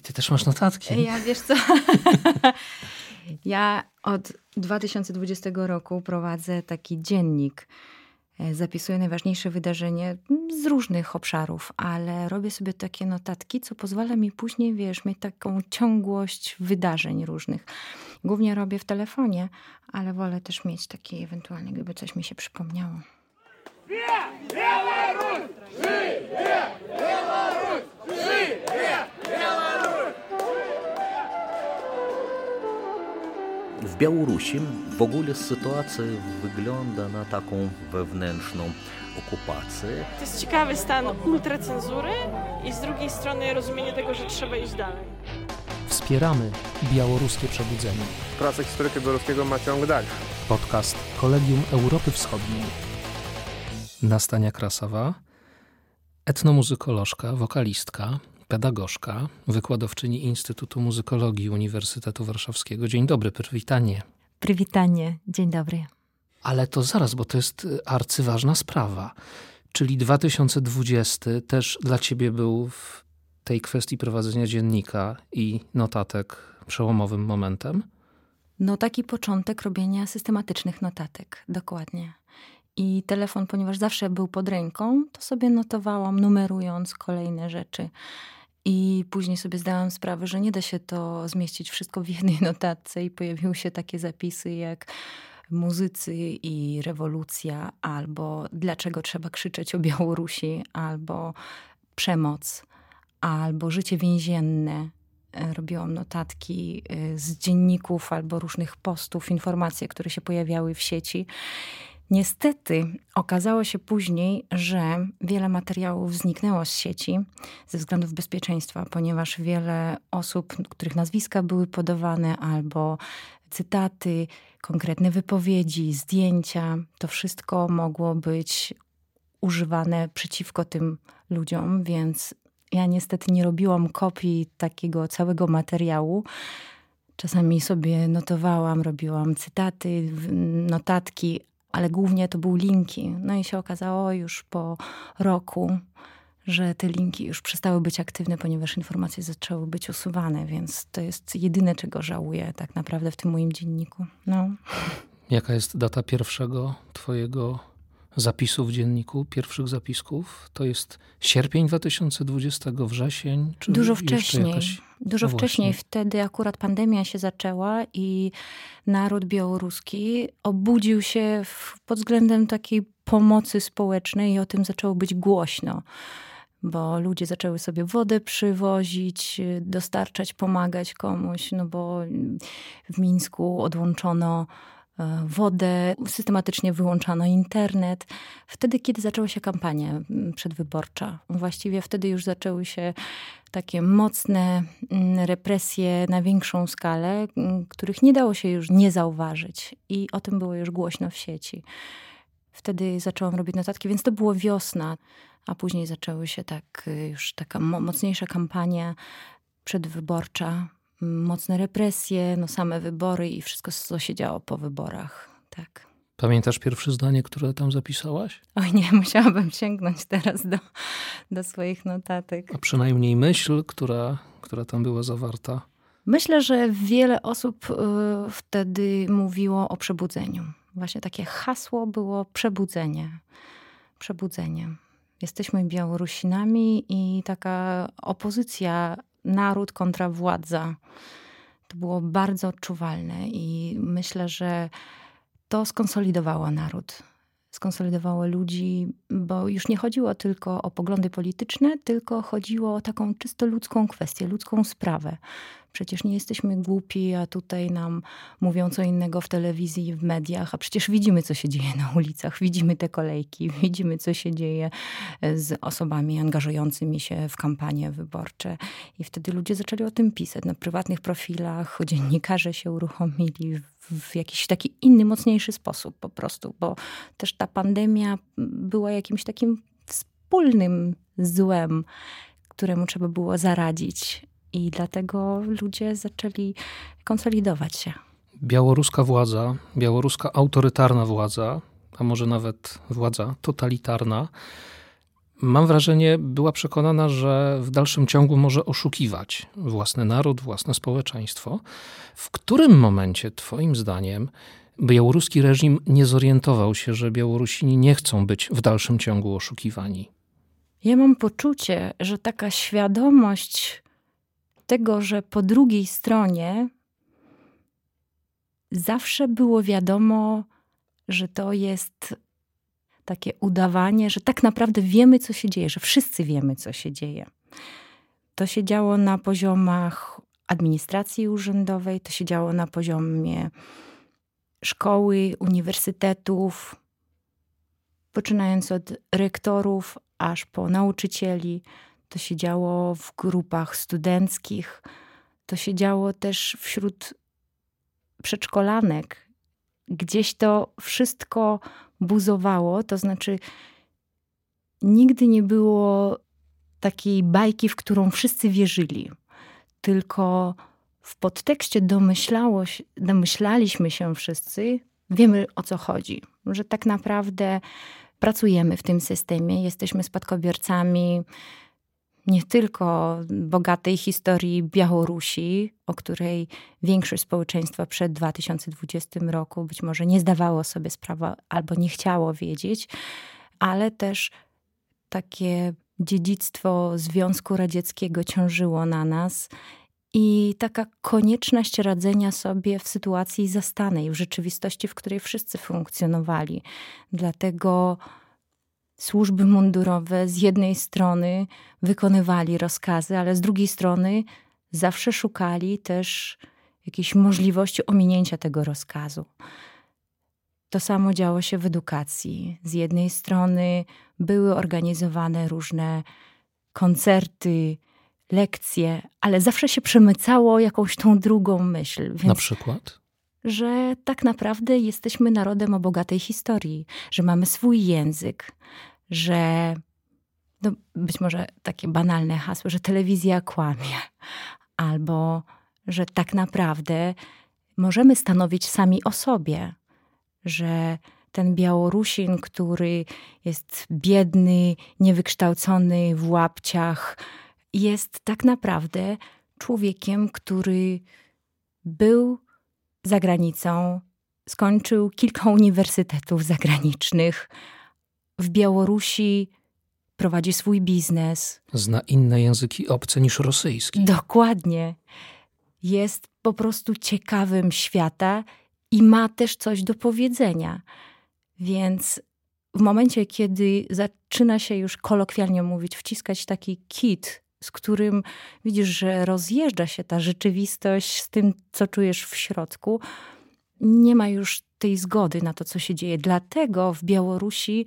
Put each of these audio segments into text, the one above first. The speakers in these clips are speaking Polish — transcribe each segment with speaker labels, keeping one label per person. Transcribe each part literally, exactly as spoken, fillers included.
Speaker 1: ty też masz notatki.
Speaker 2: Ja, wiesz co, ja od dwa tysiące dwudziestego roku prowadzę taki dziennik. Zapisuję najważniejsze wydarzenie z różnych obszarów, ale robię sobie takie notatki, co pozwala mi później, wiesz, mieć taką ciągłość wydarzeń różnych. Głównie robię w telefonie, ale wolę też mieć takie ewentualnie, gdyby coś mi się przypomniało.
Speaker 3: Białoruś! Żyje! Białoruś! Żyje! Białoruś!
Speaker 4: W Białorusi w ogóle sytuacja wygląda na taką wewnętrzną okupację.
Speaker 5: To jest ciekawy stan ultracenzury i z drugiej strony rozumienie tego, że trzeba iść dalej.
Speaker 1: Wspieramy białoruskie przebudzenie.
Speaker 6: Praca historyka białoruskiego ma ciąg dalszy.
Speaker 1: Podcast Kolegium Europy Wschodniej. Nastania Krasowa, etnomuzykolożka, wokalistka, pedagogzka, wykładowczyni Instytutu Muzykologii Uniwersytetu Warszawskiego. Dzień dobry, przywitanie.
Speaker 2: Przywitanie, dzień dobry.
Speaker 1: Ale to zaraz, bo to jest arcyważna sprawa. Czyli dwa tysiące dwudziesty też dla ciebie był w tej kwestii prowadzenia dziennika i notatek przełomowym momentem?
Speaker 2: No taki początek robienia systematycznych notatek, dokładnie. I telefon, ponieważ zawsze był pod ręką, to sobie notowałam, numerując kolejne rzeczy. I później sobie zdałam sprawę, że nie da się to zmieścić wszystko w jednej notatce i pojawiły się takie zapisy jak muzycy i rewolucja, albo dlaczego trzeba krzyczeć o Białorusi, albo przemoc, albo życie więzienne. Robiłam notatki z dzienników albo różnych postów, informacje, które się pojawiały w sieci. Niestety okazało się później, że wiele materiałów zniknęło z sieci ze względów bezpieczeństwa, ponieważ wiele osób, których nazwiska były podawane, albo cytaty, konkretne wypowiedzi, zdjęcia, to wszystko mogło być używane przeciwko tym ludziom, więc ja niestety nie robiłam kopii takiego całego materiału. Czasami sobie notowałam, robiłam cytaty, notatki, ale głównie to były linki. No i się okazało już po roku, że te linki już przestały być aktywne, ponieważ informacje zaczęły być usuwane, więc to jest jedyne, czego żałuję tak naprawdę w tym moim dzienniku. No.
Speaker 1: Jaka jest data pierwszego twojego zapisu w dzienniku, pierwszych zapisków? To jest sierpień dwa tysiące dwudziestego, wrzesień? Czy
Speaker 2: Dużo wcześniej.
Speaker 1: Jakaś...
Speaker 2: Dużo
Speaker 1: no
Speaker 2: wcześniej. Wtedy akurat pandemia się zaczęła i naród białoruski obudził się w, pod względem takiej pomocy społecznej i o tym zaczęło być głośno. Bo ludzie zaczęły sobie wodę przywozić, dostarczać, pomagać komuś, no bo w Mińsku odłączono wodę, systematycznie wyłączano internet. Wtedy, kiedy zaczęła się kampania przedwyborcza, właściwie wtedy już zaczęły się takie mocne represje na większą skalę, których nie dało się już nie zauważyć. I o tym było już głośno w sieci. Wtedy zaczęłam robić notatki, więc to było wiosna, a później zaczęły się tak już taka mocniejsza kampania przedwyborcza, mocne represje, no same wybory i wszystko, co się działo po wyborach. Tak.
Speaker 1: Pamiętasz pierwsze zdanie, które tam zapisałaś?
Speaker 2: Oj nie, musiałabym sięgnąć teraz do, do swoich notatek.
Speaker 1: A przynajmniej myśl, która, która tam była zawarta.
Speaker 2: Myślę, że wiele osób y, wtedy mówiło o przebudzeniu. Właśnie takie hasło było przebudzenie. Przebudzenie. Jesteśmy Białorusinami i taka opozycja naród kontra władza. To było bardzo odczuwalne i myślę, że to skonsolidowało naród. Skonsolidowało ludzi, bo już nie chodziło tylko o poglądy polityczne, tylko chodziło o taką czysto ludzką kwestię, ludzką sprawę. Przecież nie jesteśmy głupi, a tutaj nam mówią co innego w telewizji i w mediach, a przecież widzimy, co się dzieje na ulicach, widzimy te kolejki, widzimy, co się dzieje z osobami angażującymi się w kampanie wyborcze. I wtedy ludzie zaczęli o tym pisać na prywatnych profilach, dziennikarze się uruchomili w, w jakiś taki inny, mocniejszy sposób po prostu, bo też ta pandemia była jakimś takim wspólnym złem, któremu trzeba było zaradzić. I dlatego ludzie zaczęli konsolidować się.
Speaker 1: Białoruska władza, białoruska autorytarna władza, a może nawet władza totalitarna, mam wrażenie, była przekonana, że w dalszym ciągu może oszukiwać własny naród, własne społeczeństwo. W którym momencie, twoim zdaniem, białoruski reżim nie zorientował się, że Białorusini nie chcą być w dalszym ciągu oszukiwani?
Speaker 2: Ja mam poczucie, że taka świadomość tego, że po drugiej stronie zawsze było wiadomo, że to jest takie udawanie, że tak naprawdę wiemy, co się dzieje, że wszyscy wiemy, co się dzieje. To się działo na poziomach administracji urzędowej, to się działo na poziomie szkoły, uniwersytetów, poczynając od rektorów, aż po nauczycieli. To się działo w grupach studenckich. To się działo też wśród przedszkolanek. Gdzieś to wszystko buzowało, to znaczy nigdy nie było takiej bajki, w którą wszyscy wierzyli. Tylko w podtekście domyślało, domyślaliśmy się wszyscy, wiemy, o co chodzi. Że tak naprawdę pracujemy w tym systemie, jesteśmy spadkobiercami nie tylko bogatej historii Białorusi, o której większość społeczeństwa przed dwa tysiące dwudziestym roku być może nie zdawało sobie sprawy albo nie chciało wiedzieć, ale też takie dziedzictwo Związku Radzieckiego ciążyło na nas i taka konieczność radzenia sobie w sytuacji zastanej, w rzeczywistości, w której wszyscy funkcjonowali. Dlatego służby mundurowe z jednej strony wykonywali rozkazy, ale z drugiej strony zawsze szukali też jakiejś możliwości ominięcia tego rozkazu. To samo działo się w edukacji. Z jednej strony były organizowane różne koncerty, lekcje, ale zawsze się przemycało jakąś tą drugą myśl. Więc
Speaker 1: na przykład?
Speaker 2: Że tak naprawdę jesteśmy narodem o bogatej historii, że mamy swój język, że no być może takie banalne hasło, że telewizja kłamie, albo że tak naprawdę możemy stanowić sami o sobie, że ten Białorusin, który jest biedny, niewykształcony, w łapciach, jest tak naprawdę człowiekiem, który był za granicą, skończył kilka uniwersytetów zagranicznych. W Białorusi prowadzi swój biznes.
Speaker 1: Zna inne języki obce niż rosyjski.
Speaker 2: Dokładnie. Jest po prostu ciekawym świata i ma też coś do powiedzenia. Więc w momencie, kiedy zaczyna się już kolokwialnie mówić, wciskać taki kit, z którym widzisz, że rozjeżdża się ta rzeczywistość z tym, co czujesz w środku, nie ma już tej zgody na to, co się dzieje. Dlatego w Białorusi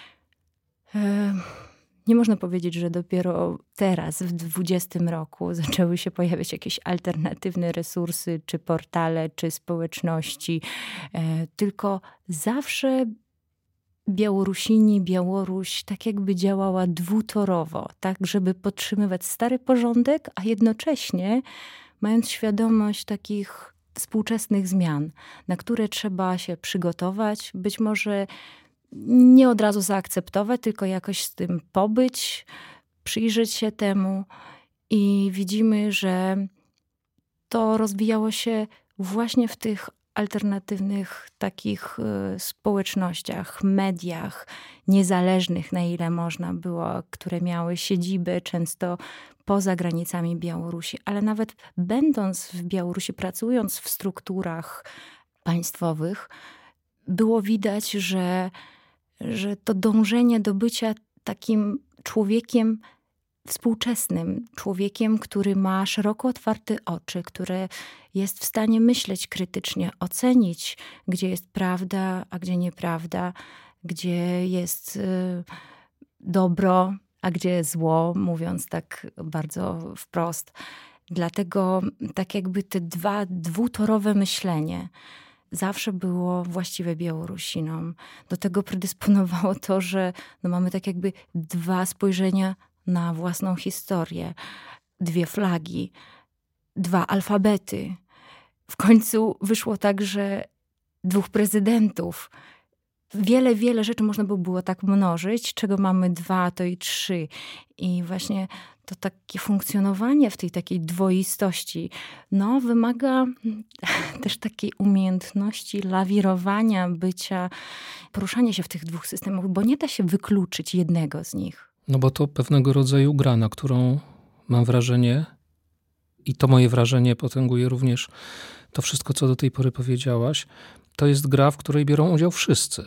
Speaker 2: e, nie można powiedzieć, że dopiero teraz, w dwudziestym roku, zaczęły się pojawiać jakieś alternatywne resursy, czy portale, czy społeczności. E, tylko zawsze Białorusini, Białoruś tak jakby działała dwutorowo, tak żeby podtrzymywać stary porządek, a jednocześnie mając świadomość takich współczesnych zmian, na które trzeba się przygotować, być może nie od razu zaakceptować, tylko jakoś z tym pobyć, przyjrzeć się temu i widzimy, że to rozwijało się właśnie w tych alternatywnych takich y, społecznościach, mediach niezależnych, na ile można było, które miały siedzibę często poza granicami Białorusi. Ale nawet będąc w Białorusi, pracując w strukturach państwowych, było widać, że, że to dążenie do bycia takim człowiekiem współczesnym, człowiekiem, który ma szeroko otwarte oczy, który jest w stanie myśleć krytycznie, ocenić, gdzie jest prawda, a gdzie nieprawda, gdzie jest y, dobro, a gdzie jest zło, mówiąc tak bardzo wprost. Dlatego tak jakby te dwa, dwutorowe myślenie zawsze było właściwe Białorusinom. Do tego predysponowało to, że no mamy tak jakby dwa spojrzenia na własną historię, dwie flagi, dwa alfabety. W końcu wyszło tak, że dwóch prezydentów. wiele, wiele rzeczy można by było tak mnożyć, czego mamy dwa, to i trzy. I właśnie to takie funkcjonowanie w tej takiej dwoistości, no wymaga też takiej umiejętności lawirowania, bycia, poruszania się w tych dwóch systemach, bo nie da się wykluczyć jednego z nich.
Speaker 1: No bo to pewnego rodzaju gra, na którą mam wrażenie, i to moje wrażenie potęguje również to wszystko, co do tej pory powiedziałaś, to jest gra, w której biorą udział wszyscy,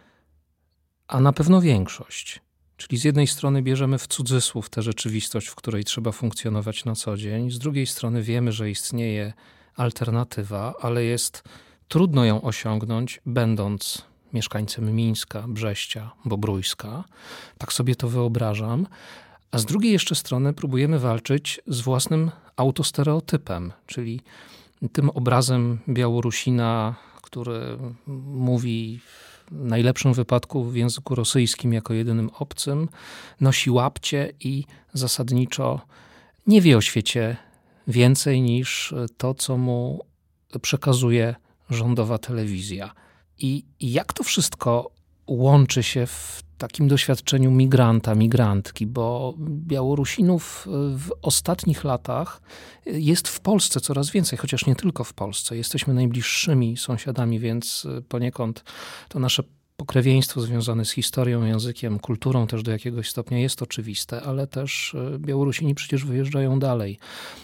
Speaker 1: a na pewno większość. Czyli z jednej strony bierzemy w cudzysłów tę rzeczywistość, w której trzeba funkcjonować na co dzień, z drugiej strony wiemy, że istnieje alternatywa, ale jest trudno ją osiągnąć, będąc mieszkańcem Mińska, Brześcia, Bobrójska. Tak sobie to wyobrażam. A z drugiej jeszcze strony próbujemy walczyć z własnym autostereotypem, czyli tym obrazem Białorusina, który mówi w najlepszym wypadku w języku rosyjskim jako jedynym obcym, nosi łapcie i zasadniczo nie wie o świecie więcej niż to, co mu przekazuje rządowa telewizja. I jak to wszystko łączy się w takim doświadczeniu migranta, migrantki, bo Białorusinów w ostatnich latach jest w Polsce coraz więcej, chociaż nie tylko w Polsce. Jesteśmy najbliższymi sąsiadami, więc poniekąd to nasze pokrewieństwo związane z historią, językiem, kulturą też do jakiegoś stopnia jest oczywiste, ale też Białorusini przecież wyjeżdżają dalej.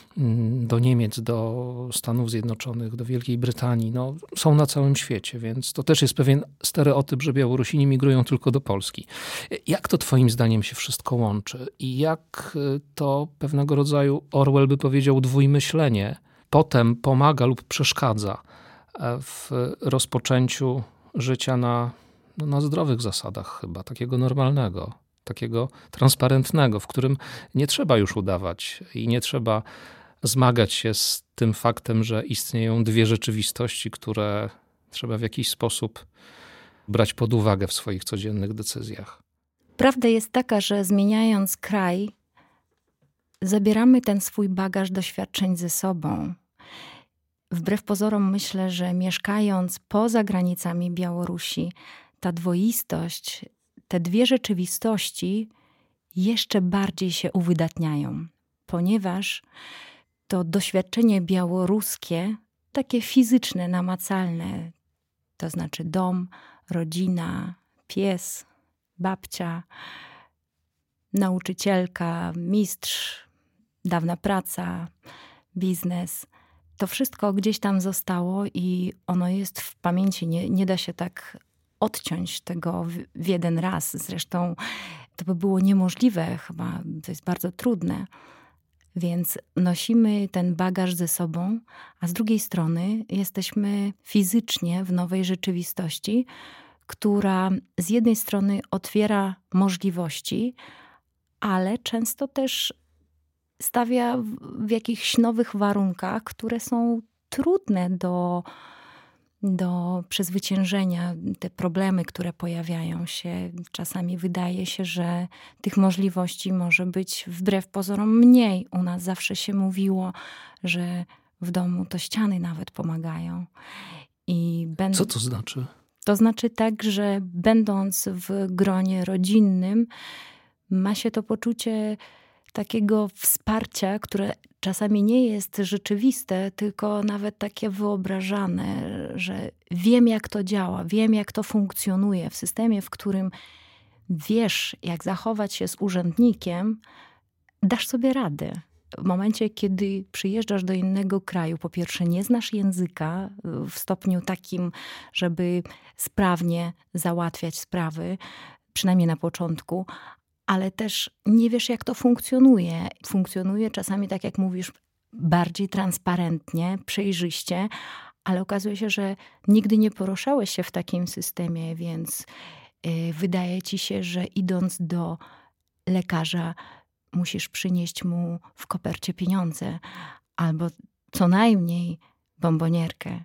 Speaker 1: Do Niemiec, do Stanów Zjednoczonych, do Wielkiej Brytanii. No, są na całym świecie, więc to też jest pewien stereotyp, że Białorusini migrują tylko do Polski. Jak to twoim zdaniem się wszystko łączy? I jak to pewnego rodzaju, Orwell by powiedział, dwójmyślenie potem pomaga lub przeszkadza w rozpoczęciu życia na, no, na zdrowych zasadach chyba, takiego normalnego, takiego transparentnego, w którym nie trzeba już udawać i nie trzeba zmagać się z tym faktem, że istnieją dwie rzeczywistości, które trzeba w jakiś sposób brać pod uwagę w swoich codziennych decyzjach.
Speaker 2: Prawda jest taka, że zmieniając kraj, zabieramy ten swój bagaż doświadczeń ze sobą. Wbrew pozorom myślę, że mieszkając poza granicami Białorusi, ta dwoistość, te dwie rzeczywistości jeszcze bardziej się uwydatniają, ponieważ to doświadczenie białoruskie, takie fizyczne, namacalne, to znaczy dom, rodzina, pies, babcia, nauczycielka, mistrz, dawna praca, biznes. To wszystko gdzieś tam zostało i ono jest w pamięci. Nie, nie da się tak odciąć tego w, w jeden raz. Zresztą to by było niemożliwe chyba. To jest bardzo trudne. Więc nosimy ten bagaż ze sobą, a z drugiej strony jesteśmy fizycznie w nowej rzeczywistości, która z jednej strony otwiera możliwości, ale często też stawia w, w jakichś nowych warunkach, które są trudne do, do przezwyciężenia. Te problemy, które pojawiają się, czasami wydaje się, że tych możliwości może być wbrew pozorom mniej. U nas zawsze się mówiło, że w domu to ściany nawet pomagają. I będ...
Speaker 1: Co to znaczy?
Speaker 2: To znaczy tak, że będąc w gronie rodzinnym, ma się to poczucie takiego wsparcia, które czasami nie jest rzeczywiste, tylko nawet takie wyobrażane, że wiem, jak to działa, wiem, jak to funkcjonuje w systemie, w którym wiesz, jak zachować się z urzędnikiem, dasz sobie radę. W momencie, kiedy przyjeżdżasz do innego kraju, po pierwsze nie znasz języka w stopniu takim, żeby sprawnie załatwiać sprawy, przynajmniej na początku, ale też nie wiesz, jak to funkcjonuje. Funkcjonuje czasami, tak jak mówisz, bardziej transparentnie, przejrzyście, ale okazuje się, że nigdy nie poruszałeś się w takim systemie, więc yy, wydaje ci się, że idąc do lekarza musisz przynieść mu w kopercie pieniądze albo co najmniej bombonierkę.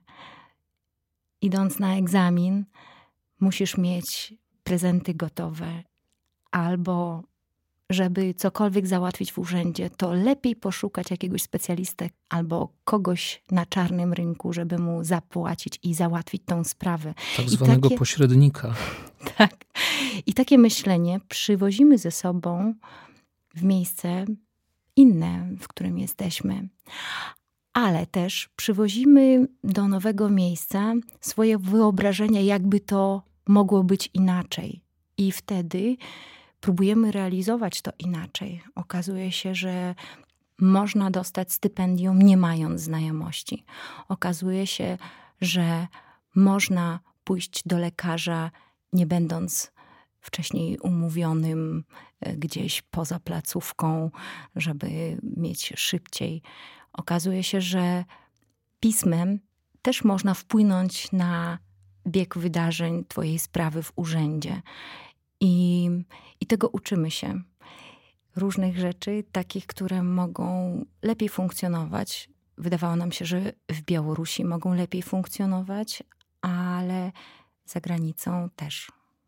Speaker 2: Idąc na egzamin musisz mieć prezenty gotowe albo żeby cokolwiek załatwić w urzędzie, to lepiej poszukać jakiegoś specjalisty albo kogoś na czarnym rynku, żeby mu zapłacić i załatwić tą sprawę.
Speaker 1: Tak zwanego
Speaker 2: takie,
Speaker 1: pośrednika.
Speaker 2: Tak. I takie myślenie przywozimy ze sobą w miejsce inne, w którym jesteśmy. Ale też przywozimy do nowego miejsca swoje wyobrażenia, jakby to mogło być inaczej. I wtedy próbujemy realizować to inaczej. Okazuje się, że można dostać stypendium nie mając znajomości. Okazuje się, że można pójść do lekarza nie będąc wcześniej umówionym gdzieś poza placówką, żeby mieć szybciej. Okazuje się, że pismem też można wpłynąć na bieg wydarzeń twojej sprawy w urzędzie. I, i tego uczymy się. Różnych rzeczy, takich, które mogą lepiej funkcjonować. Wydawało nam się, że w Białorusi mogą lepiej funkcjonować, ale za granicą też.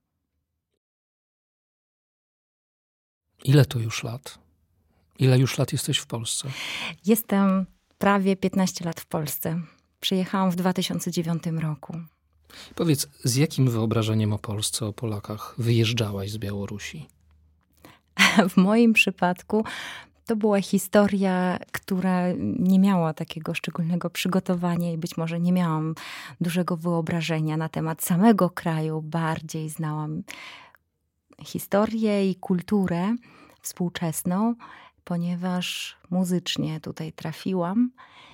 Speaker 1: Ile to już lat? Ile już lat jesteś w Polsce?
Speaker 2: Jestem prawie piętnaście lat w Polsce. Przyjechałam w dwa tysiące dziewiątym roku.
Speaker 1: Powiedz, z jakim wyobrażeniem o Polsce, o Polakach wyjeżdżałaś z Białorusi?
Speaker 2: W moim przypadku to była historia, która nie miała takiego szczególnego przygotowania i być może nie miałam dużego wyobrażenia na temat samego kraju. Bardziej znałam historię i kulturę współczesną, ponieważ muzycznie tutaj trafiłam.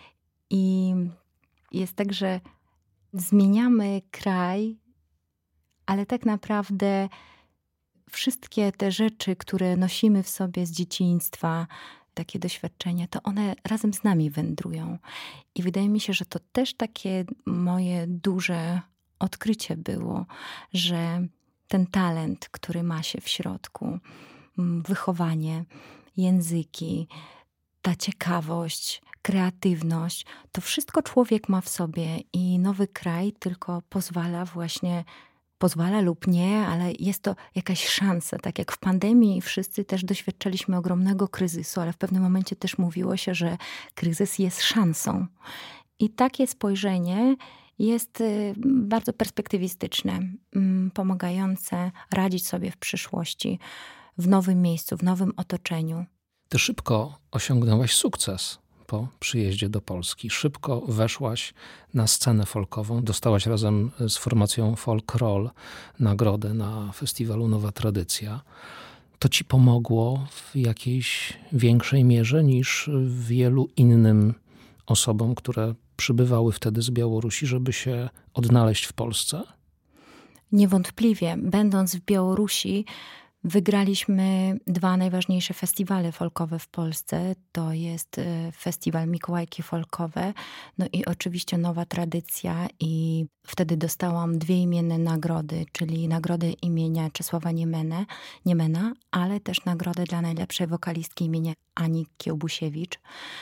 Speaker 2: I jest tak, że zmieniamy kraj, ale tak naprawdę wszystkie te rzeczy, które nosimy w sobie z dzieciństwa, takie doświadczenia, to one razem z nami wędrują. I wydaje mi się, że to też takie moje duże odkrycie było, że ten talent, który ma się w środku, wychowanie, języki, ta ciekawość, kreatywność, to wszystko człowiek ma w sobie i nowy kraj tylko pozwala właśnie, pozwala lub nie, ale jest to jakaś szansa. Tak jak w pandemii wszyscy też doświadczaliśmy ogromnego kryzysu, ale w pewnym momencie też mówiło się, że kryzys jest szansą. I takie spojrzenie jest bardzo perspektywistyczne, pomagające radzić sobie w przyszłości, w nowym miejscu, w nowym otoczeniu.
Speaker 1: Ty szybko osiągnęłaś sukces po przyjeździe do Polski. Szybko weszłaś na scenę folkową. Dostałaś razem z formacją Folk Roll nagrodę na festiwalu Nowa Tradycja. To ci pomogło w jakiejś większej mierze niż wielu innym osobom, które przybywały wtedy z Białorusi, żeby się odnaleźć w Polsce?
Speaker 2: Niewątpliwie. Będąc w Białorusi, wygraliśmy dwa najważniejsze festiwale folkowe w Polsce. To jest festiwal Mikołajki Folkowe, no i oczywiście Nowa Tradycja. I wtedy dostałam dwie imienne nagrody, czyli nagrodę imienia Czesława Niemene, Niemena, ale też nagrodę dla najlepszej wokalistki imienia Ani Kiełbusiewicz.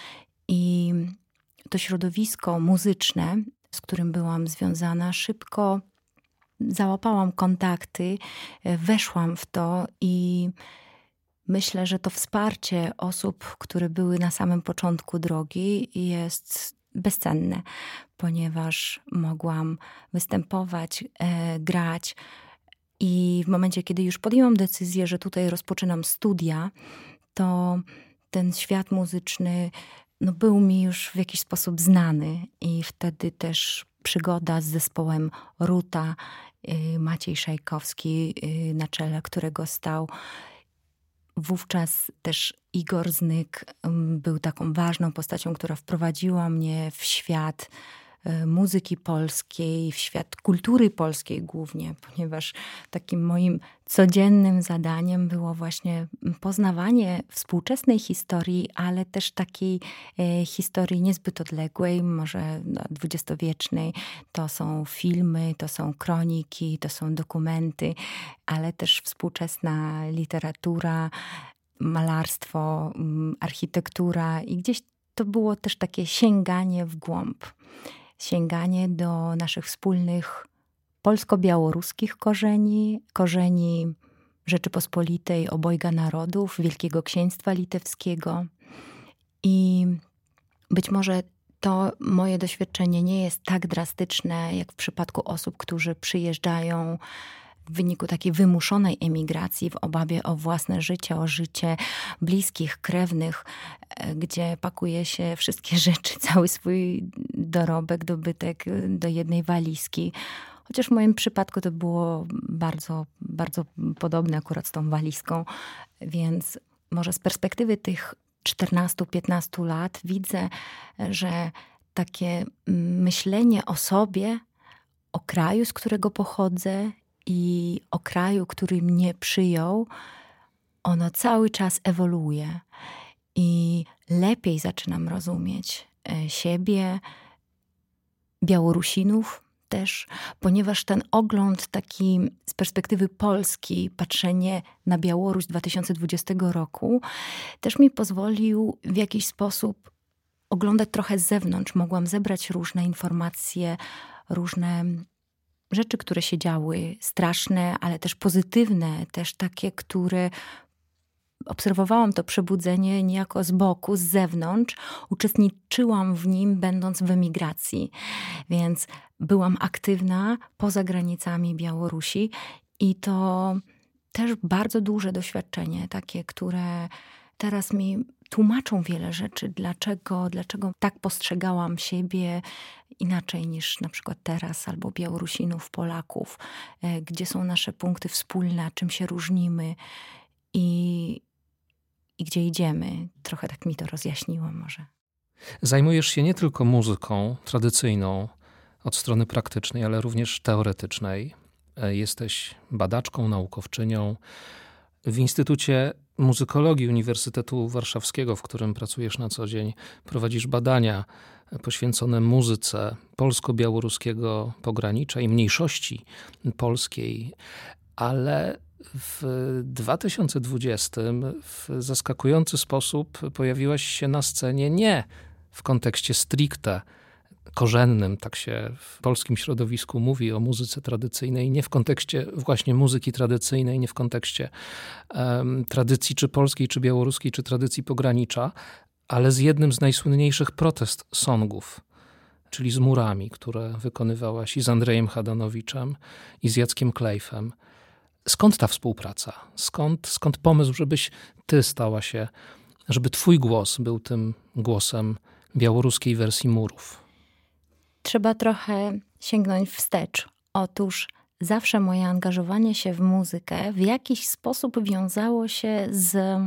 Speaker 2: I to środowisko muzyczne, z którym byłam związana, szybko załapałam kontakty, weszłam w to i myślę, że to wsparcie osób, które były na samym początku drogi, jest bezcenne, ponieważ mogłam występować, e, grać i w momencie, kiedy już podjęłam decyzję, że tutaj rozpoczynam studia, to ten świat muzyczny no, był mi już w jakiś sposób znany i wtedy też przygoda z zespołem Ruta, Maciej Szajkowski na czele którego stał. Wówczas też Igor Znyk był taką ważną postacią, która wprowadziła mnie w świat muzyki polskiej, w świat kultury polskiej głównie, ponieważ takim moim codziennym zadaniem było właśnie poznawanie współczesnej historii, ale też takiej historii niezbyt odległej, może dwudziestowiecznej. To są filmy, to są kroniki, to są dokumenty, ale też współczesna literatura, malarstwo, architektura i gdzieś to było też takie sięganie w głąb. Sięganie do naszych wspólnych polsko-białoruskich korzeni, korzeni Rzeczypospolitej Obojga Narodów, Wielkiego Księstwa Litewskiego. I być może to moje doświadczenie nie jest tak drastyczne, jak w przypadku osób, którzy przyjeżdżają w wyniku takiej wymuszonej emigracji, w obawie o własne życie, o życie bliskich, krewnych, gdzie pakuje się wszystkie rzeczy, cały swój dorobek, dobytek do jednej walizki. Chociaż w moim przypadku to było bardzo, bardzo podobne akurat z tą walizką. Więc może z perspektywy tych czternastu piętnastu lat widzę, że takie myślenie o sobie, o kraju, z którego pochodzę i o kraju, który mnie przyjął, ono cały czas ewoluuje. I lepiej zaczynam rozumieć siebie, Białorusinów też, ponieważ ten ogląd taki z perspektywy Polski, patrzenie na Białoruś dwa tysiące dwudziestego roku, też mi pozwolił w jakiś sposób oglądać trochę z zewnątrz. Mogłam zebrać różne informacje, różne rzeczy, które się działy, straszne, ale też pozytywne, też takie, które obserwowałam to przebudzenie niejako z boku, z zewnątrz. Uczestniczyłam w nim, będąc w emigracji. Więc byłam aktywna poza granicami Białorusi i to też bardzo duże doświadczenie, takie, które teraz mi tłumaczą wiele rzeczy. Dlaczego, dlaczego tak postrzegałam siebie inaczej niż na przykład teraz, albo Białorusinów, Polaków. Gdzie są nasze punkty wspólne, czym się różnimy i, i gdzie idziemy. Trochę tak mi to rozjaśniło może.
Speaker 1: Zajmujesz się nie tylko muzyką tradycyjną od strony praktycznej, ale również teoretycznej. Jesteś badaczką, naukowczynią. W Instytucie Muzykologii Uniwersytetu Warszawskiego, w którym pracujesz na co dzień, prowadzisz badania poświęcone muzyce polsko-białoruskiego pogranicza i mniejszości polskiej, ale w dwa tysiące dwudziestym w zaskakujący sposób pojawiłaś się na scenie nie w kontekście stricte korzennym, tak się w polskim środowisku mówi o muzyce tradycyjnej, nie w kontekście właśnie muzyki tradycyjnej, nie w kontekście um, tradycji czy polskiej, czy białoruskiej, czy tradycji pogranicza, ale z jednym z najsłynniejszych protest songów, czyli z Murami, które wykonywałaś i z Andrejem Hadanowiczem, i z Jackiem Klejfem. Skąd ta współpraca? Skąd, skąd pomysł, żebyś ty stała się, żeby twój głos był tym głosem białoruskiej wersji Murów?
Speaker 2: Trzeba trochę sięgnąć wstecz. Otóż zawsze moje angażowanie się w muzykę w jakiś sposób wiązało się z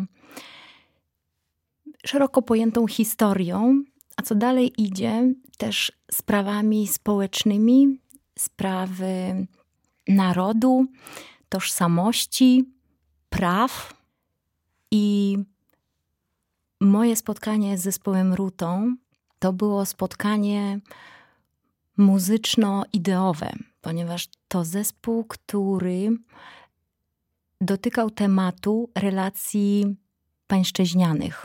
Speaker 2: szeroko pojętą historią, a co dalej idzie, też sprawami społecznymi, sprawy narodu, tożsamości, praw. I moje spotkanie z zespołem Rutą to było spotkanie muzyczno-ideowe, ponieważ to zespół, który dotykał tematu relacji pańszczyźnianych,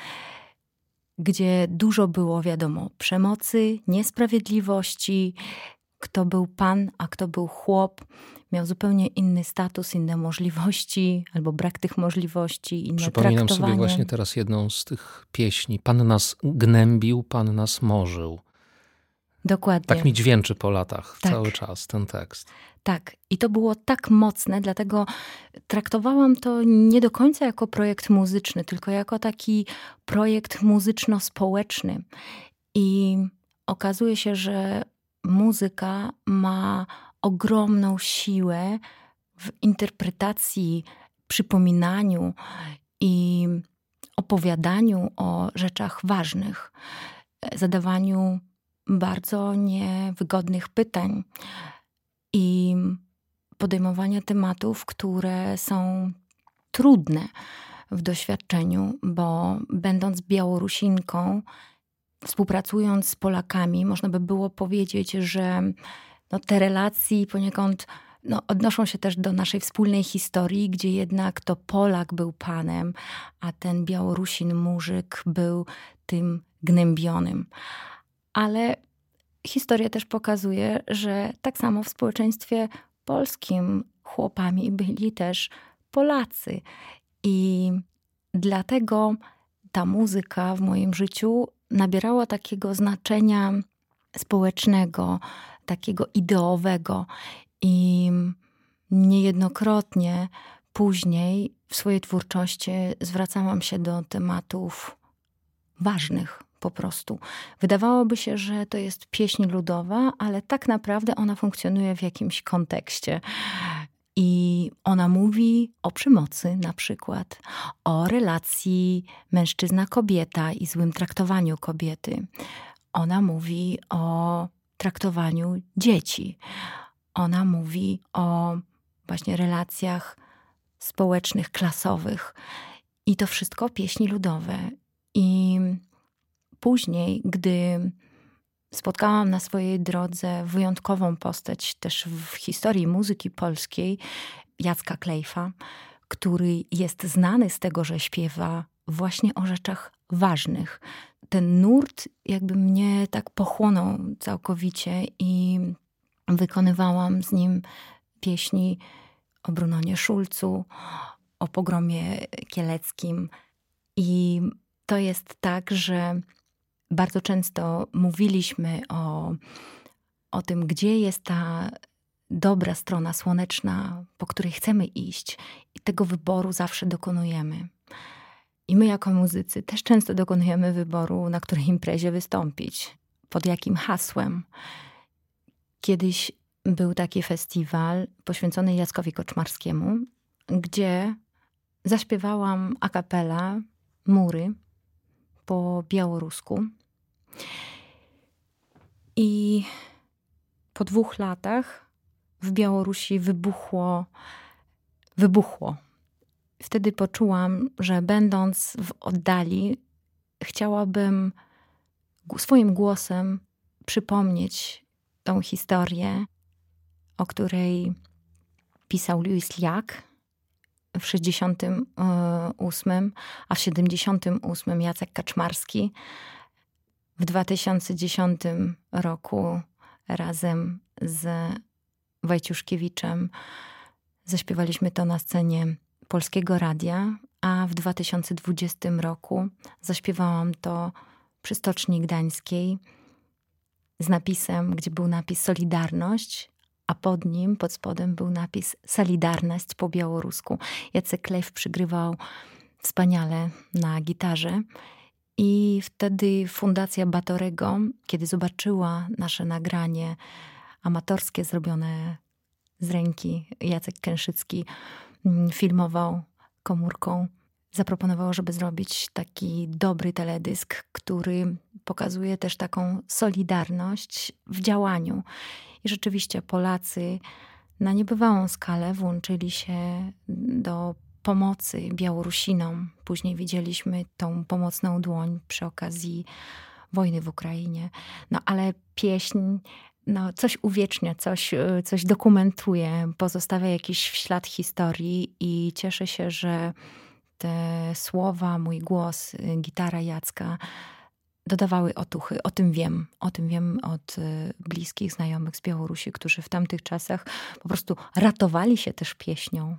Speaker 2: gdzie dużo było, wiadomo, przemocy, niesprawiedliwości, kto był pan, a kto był chłop, miał zupełnie inny status, inne możliwości, albo brak tych możliwości, inne
Speaker 1: Przypominam
Speaker 2: traktowanie.
Speaker 1: sobie właśnie teraz jedną z tych pieśni. Pan nas gnębił, pan nas morzył.
Speaker 2: Dokładnie.
Speaker 1: Tak mi dźwięczy po latach
Speaker 2: Tak.
Speaker 1: cały czas ten tekst.
Speaker 2: Tak. I to było tak mocne, dlatego traktowałam to nie do końca jako projekt muzyczny, tylko jako taki projekt muzyczno-społeczny. I okazuje się, że muzyka ma ogromną siłę w interpretacji, przypominaniu i opowiadaniu o rzeczach ważnych, zadawaniu bardzo niewygodnych pytań i podejmowania tematów, które są trudne w doświadczeniu, bo będąc Białorusinką, współpracując z Polakami, można by było powiedzieć, że no, te relacje poniekąd no, odnoszą się też do naszej wspólnej historii, gdzie jednak to Polak był panem, a ten Białorusin, Murzyk był tym gnębionym. Ale historia też pokazuje, że tak samo w społeczeństwie polskim chłopami byli też Polacy. I dlatego ta muzyka w moim życiu nabierała takiego znaczenia społecznego, takiego ideowego. I niejednokrotnie później w swojej twórczości zwracałam się do tematów ważnych po prostu. Wydawałoby się, że to jest pieśń ludowa, ale tak naprawdę ona funkcjonuje w jakimś kontekście. I ona mówi o przemocy na przykład, o relacji mężczyzna-kobieta i złym traktowaniu kobiety. Ona mówi o traktowaniu dzieci. Ona mówi o właśnie relacjach społecznych, klasowych. I to wszystko pieśni ludowe. I później, gdy spotkałam na swojej drodze wyjątkową postać też w historii muzyki polskiej, Jacka Klejfa, który jest znany z tego, że śpiewa właśnie o rzeczach ważnych. Ten nurt jakby mnie tak pochłonął całkowicie i wykonywałam z nim pieśni o Brunonie Szulcu, o pogromie kieleckim. I to jest tak, że bardzo często mówiliśmy o, o tym, gdzie jest ta dobra strona słoneczna, po której chcemy iść. I tego wyboru zawsze dokonujemy. I my jako muzycy też często dokonujemy wyboru, na której imprezie wystąpić. Pod jakim hasłem. Kiedyś był taki festiwal poświęcony Jackowi Kaczmarskiemu, gdzie zaśpiewałam a cappella Mury po białorusku. I po dwóch latach w Białorusi wybuchło, wybuchło. Wtedy poczułam, że będąc w oddali, chciałabym swoim głosem przypomnieć tą historię, o której pisał Louis Liak w sześćdziesiątym ósmym, a w siedemdziesiątym ósmym Jacek Kaczmarski. W dwa tysiące dziesiątym roku razem z Wojciuszkiewiczem zaśpiewaliśmy to na scenie Polskiego Radia, a w dwa tysiące dwudziestym roku zaśpiewałam to przy Stoczni Gdańskiej z napisem, gdzie był napis Solidarność, a pod nim, pod spodem był napis Solidarność po białorusku. Jacek Klejf przygrywał wspaniale na gitarze i wtedy Fundacja Batorego, kiedy zobaczyła nasze nagranie amatorskie zrobione z ręki, Jacek Kęszycki filmował komórką, zaproponowało, żeby zrobić taki dobry teledysk, który pokazuje też taką solidarność w działaniu. I rzeczywiście Polacy na niebywałą skalę włączyli się do pomocy Białorusinom. Później widzieliśmy tą pomocną dłoń przy okazji wojny w Ukrainie. No ale pieśń no, coś uwiecznia, coś, coś dokumentuje, pozostawia jakiś ślad historii i cieszę się, że te słowa, mój głos, gitara Jacka dodawały otuchy. O tym wiem. O tym wiem od bliskich znajomych z Białorusi, którzy w tamtych czasach po prostu ratowali się też pieśnią.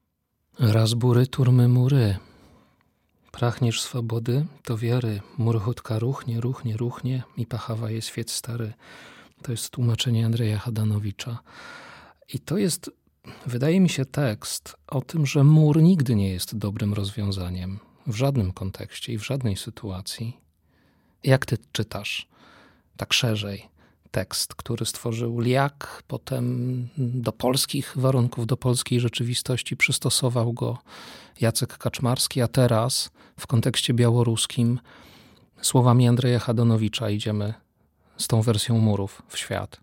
Speaker 1: Raz bury, turmy mury. Prachniesz swobody, to wiary. Murchutka ruchnie, ruchnie, ruchnie i pachawa jest świec stary. To jest tłumaczenie Andrzeja Hadanowicza. I to jest, wydaje mi się, tekst o tym, że mur nigdy nie jest dobrym rozwiązaniem. W żadnym kontekście i w żadnej sytuacji. Jak ty czytasz tak szerzej tekst, który stworzył Liak, potem do polskich warunków, do polskiej rzeczywistości przystosował go Jacek Kaczmarski, a teraz w kontekście białoruskim słowami Andrzeja Hadanowicza idziemy z tą wersją murów w świat?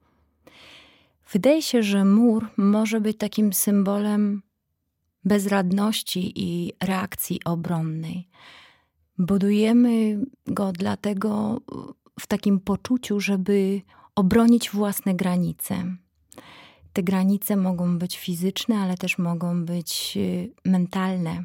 Speaker 2: Wydaje się, że mur może być takim symbolem bezradności i reakcji obronnej. Budujemy go dlatego w takim poczuciu, żeby obronić własne granice. Te granice mogą być fizyczne, ale też mogą być mentalne.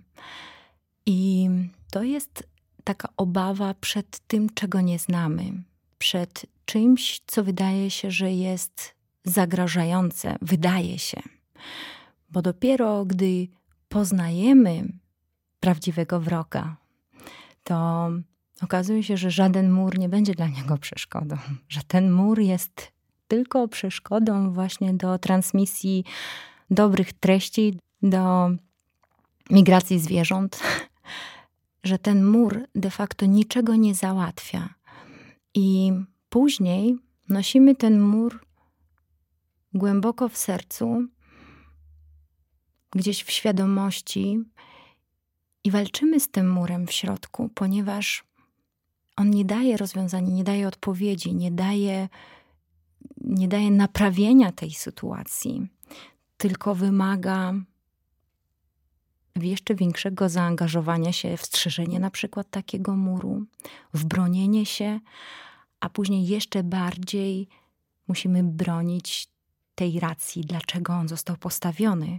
Speaker 2: I to jest taka obawa przed tym, czego nie znamy. Przed czymś, co wydaje się, że jest zagrażające. Wydaje się. Bo dopiero gdy poznajemy prawdziwego wroga, to okazuje się, że żaden mur nie będzie dla niego przeszkodą. Że ten mur jest tylko przeszkodą właśnie do transmisji dobrych treści, do migracji zwierząt. Że ten mur de facto niczego nie załatwia. I później nosimy ten mur głęboko w sercu, gdzieś w świadomości i walczymy z tym murem w środku, ponieważ on nie daje rozwiązania, nie daje odpowiedzi, nie daje, nie daje naprawienia tej sytuacji, tylko wymaga jeszcze większego zaangażowania się w strzeżenie na przykład takiego muru, w bronienie się, a później jeszcze bardziej musimy bronić tej racji, dlaczego on został postawiony.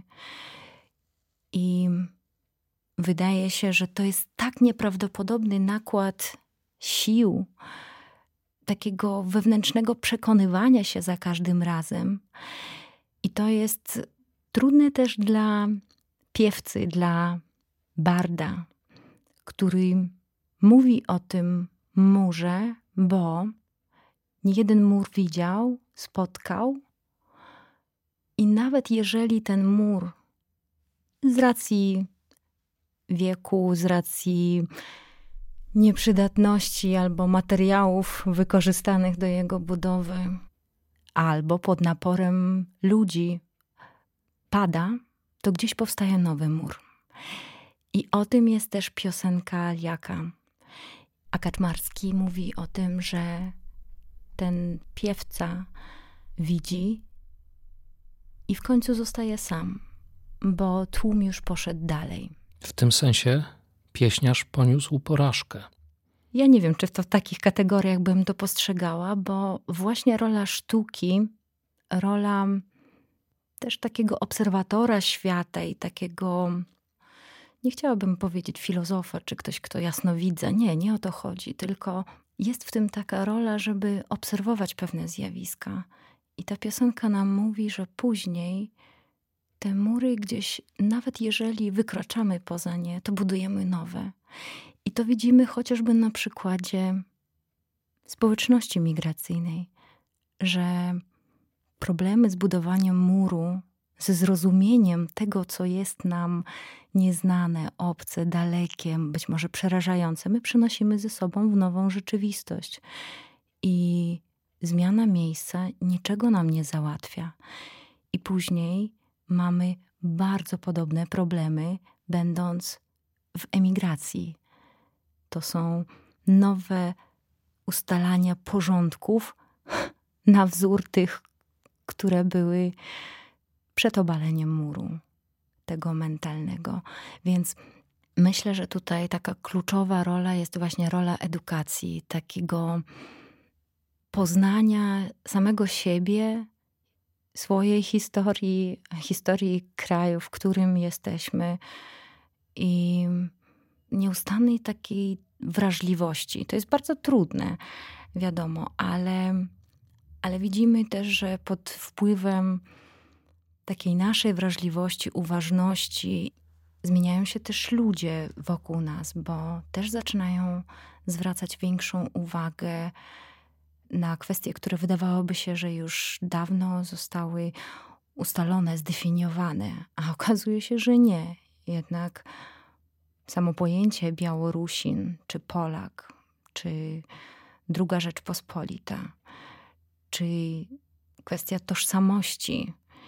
Speaker 2: I wydaje się, że to jest tak nieprawdopodobny nakład sił, takiego wewnętrznego przekonywania się za każdym razem. I to jest trudne też dla piewcy, dla barda, który mówi o tym murze, bo niejeden mur widział, spotkał i nawet jeżeli ten mur z racji wieku, z racji nieprzydatności albo materiałów wykorzystanych do jego budowy, albo pod naporem ludzi pada, to gdzieś powstaje nowy mur. I o tym jest też piosenka Liaka. A Kaczmarski mówi o tym, że ten piewca widzi i w końcu zostaje sam, bo tłum już poszedł dalej.
Speaker 1: W tym sensie pieśniarz poniósł porażkę.
Speaker 2: Ja nie wiem, czy to w takich kategoriach bym to postrzegała, bo właśnie rola sztuki, rola też takiego obserwatora świata i takiego, nie chciałabym powiedzieć filozofa, czy ktoś, kto jasnowidza. Nie, nie o to chodzi, tylko jest w tym taka rola, żeby obserwować pewne zjawiska. I ta piosenka nam mówi, że później te mury gdzieś, nawet jeżeli wykraczamy poza nie, to budujemy nowe. I to widzimy chociażby na przykładzie społeczności migracyjnej, że problemy z budowaniem muru, ze zrozumieniem tego, co jest nam nieznane, obce, dalekie, być może przerażające, my przynosimy ze sobą w nową rzeczywistość. I zmiana miejsca niczego nam nie załatwia. I później mamy bardzo podobne problemy, będąc w emigracji. To są nowe ustalania porządków na wzór tych, które były przed obaleniem muru, tego mentalnego. Więc myślę, że tutaj taka kluczowa rola jest właśnie rola edukacji, takiego poznania samego siebie, swojej historii, historii kraju, w którym jesteśmy i nieustannej takiej wrażliwości. To jest bardzo trudne, wiadomo, ale, ale widzimy też, że pod wpływem takiej naszej wrażliwości, uważności zmieniają się też ludzie wokół nas, bo też zaczynają zwracać większą uwagę na kwestie, które wydawałoby się, że już dawno zostały ustalone, zdefiniowane, a okazuje się, że nie. Jednak samo pojęcie Białorusin, czy Polak, czy Druga Rzeczpospolita, czy kwestia tożsamości,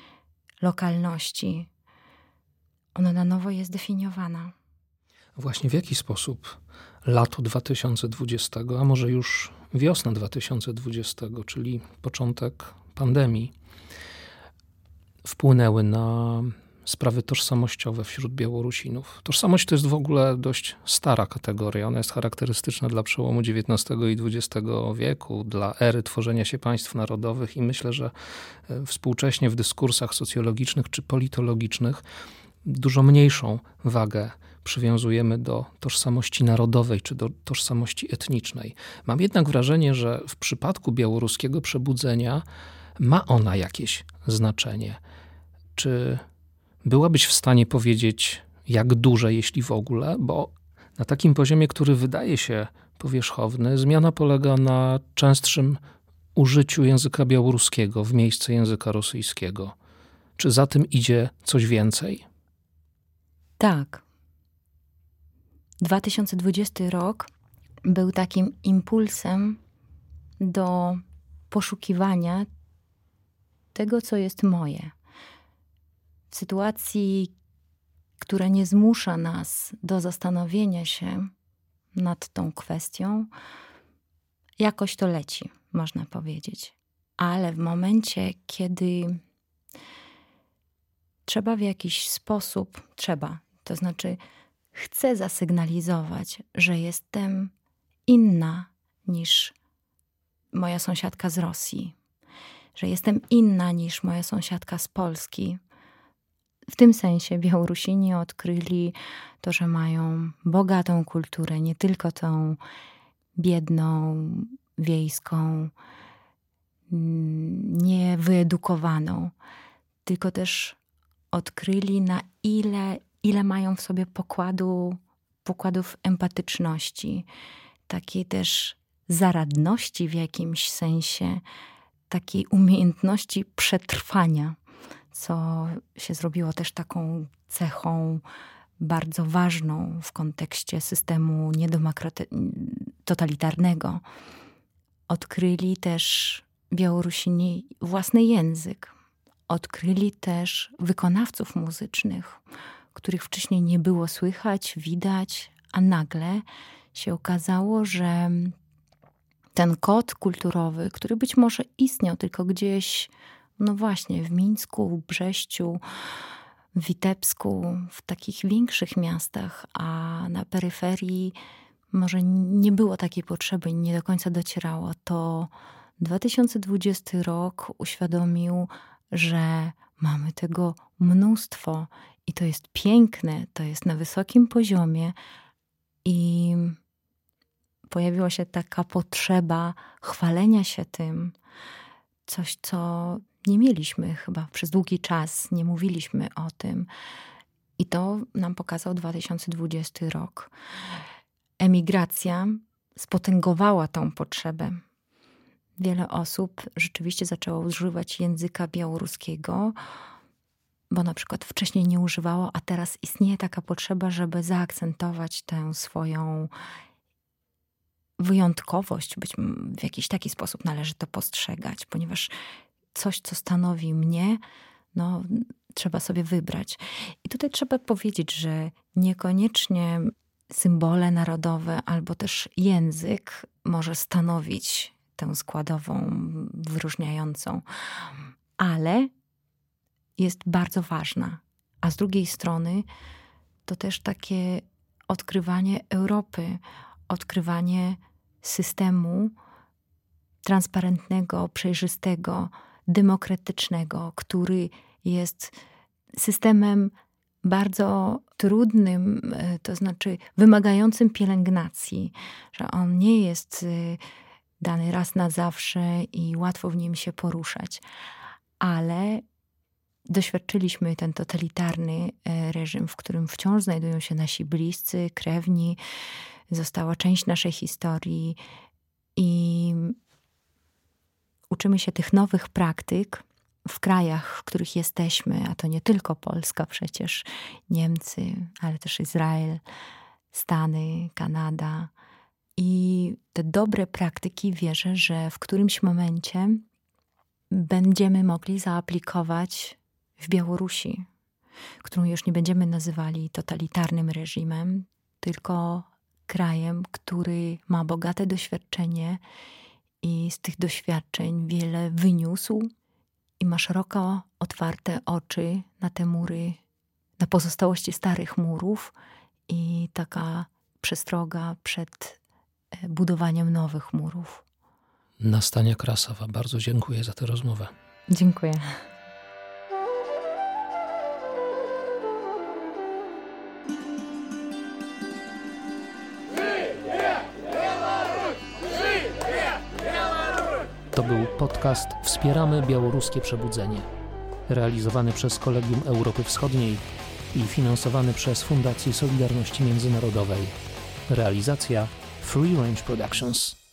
Speaker 2: lokalności, ona na nowo jest definiowana.
Speaker 1: Właśnie w jaki sposób lato dwa tysiące dwudziestego, a może już wiosna dwa tysiące dwudziestego, czyli początek pandemii, wpłynęły na sprawy tożsamościowe wśród Białorusinów? Tożsamość to jest w ogóle dość stara kategoria. Ona jest charakterystyczna dla przełomu dziewiętnastego i dwudziestego wieku, dla ery tworzenia się państw narodowych i myślę, że współcześnie w dyskursach socjologicznych czy politologicznych dużo mniejszą wagę przywiązujemy do tożsamości narodowej czy do tożsamości etnicznej. Mam jednak wrażenie, że w przypadku białoruskiego przebudzenia ma ona jakieś znaczenie. Czy byłabyś w stanie powiedzieć, Jak duże, jeśli w ogóle? Bo na takim poziomie, który wydaje się powierzchowny, zmiana polega na częstszym użyciu języka białoruskiego w miejsce języka rosyjskiego. Czy za tym idzie coś więcej?
Speaker 2: Tak. dwa tysiące dwudziesty rok był takim impulsem do poszukiwania tego, co jest moje. W sytuacji, która nie zmusza nas do zastanowienia się nad tą kwestią, jakoś to leci, można powiedzieć. Ale w momencie, kiedy trzeba w jakiś sposób, trzeba, to znaczy chcę zasygnalizować, że jestem inna niż moja sąsiadka z Rosji, że jestem inna niż moja sąsiadka z Polski. W tym sensie Białorusini odkryli to, że mają bogatą kulturę, nie tylko tą biedną, wiejską, niewyedukowaną, tylko też odkryli, na ile, ile mają w sobie pokładu, pokładów empatyczności, takiej też zaradności w jakimś sensie, takiej umiejętności przetrwania, co się zrobiło też taką cechą bardzo ważną w kontekście systemu totalitarnego. Odkryli też Białorusini własny język. Odkryli też wykonawców muzycznych, których wcześniej nie było słychać, widać, a nagle się okazało, że ten kod kulturowy, który być może istniał tylko gdzieś, no właśnie, w Mińsku, w Brześciu, w Witebsku, w takich większych miastach, a na peryferii może nie było takiej potrzeby i nie do końca docierało, to dwa tysiące dwudziesty rok uświadomił, że mamy tego mnóstwo i to jest piękne, to jest na wysokim poziomie i pojawiła się taka potrzeba chwalenia się tym, coś, co nie mieliśmy chyba przez długi czas, nie mówiliśmy o tym. I to nam pokazał dwa tysiące dwudziesty rok. Emigracja spotęgowała tą potrzebę. Wiele osób rzeczywiście zaczęło używać języka białoruskiego, bo na przykład wcześniej nie używało, a teraz istnieje taka potrzeba, żeby zaakcentować tę swoją wyjątkowość. Być w jakiś taki sposób należy to postrzegać, ponieważ coś, co stanowi mnie, no, trzeba sobie wybrać. I tutaj trzeba powiedzieć, że niekoniecznie symbole narodowe albo też język może stanowić tę składową wyróżniającą, ale jest bardzo ważna. A z drugiej strony to też takie odkrywanie Europy, odkrywanie systemu transparentnego, przejrzystego, demokratycznego, który jest systemem bardzo trudnym, to znaczy wymagającym pielęgnacji, że on nie jest dany raz na zawsze i łatwo w nim się poruszać. Ale doświadczyliśmy ten totalitarny reżim, w którym wciąż znajdują się nasi bliscy, krewni, została część naszej historii i uczymy się tych nowych praktyk w krajach, w których jesteśmy, a to nie tylko Polska przecież, Niemcy, ale też Izrael, Stany, Kanada. I te dobre praktyki wierzę, że w którymś momencie będziemy mogli zaaplikować w Białorusi, którą już nie będziemy nazywali totalitarnym reżimem, tylko krajem, który ma bogate doświadczenie i z tych doświadczeń wiele wyniósł i ma szeroko otwarte oczy na te mury, na pozostałości starych murów i taka przestroga przed budowaniem nowych murów.
Speaker 1: Nastania Krasowa, bardzo dziękuję za tę rozmowę.
Speaker 2: Dziękuję.
Speaker 1: To był podcast Wspieramy Białoruskie Przebudzenie, realizowany przez Kolegium Europy Wschodniej i finansowany przez Fundację Solidarności Międzynarodowej. Realizacja Free Range Productions.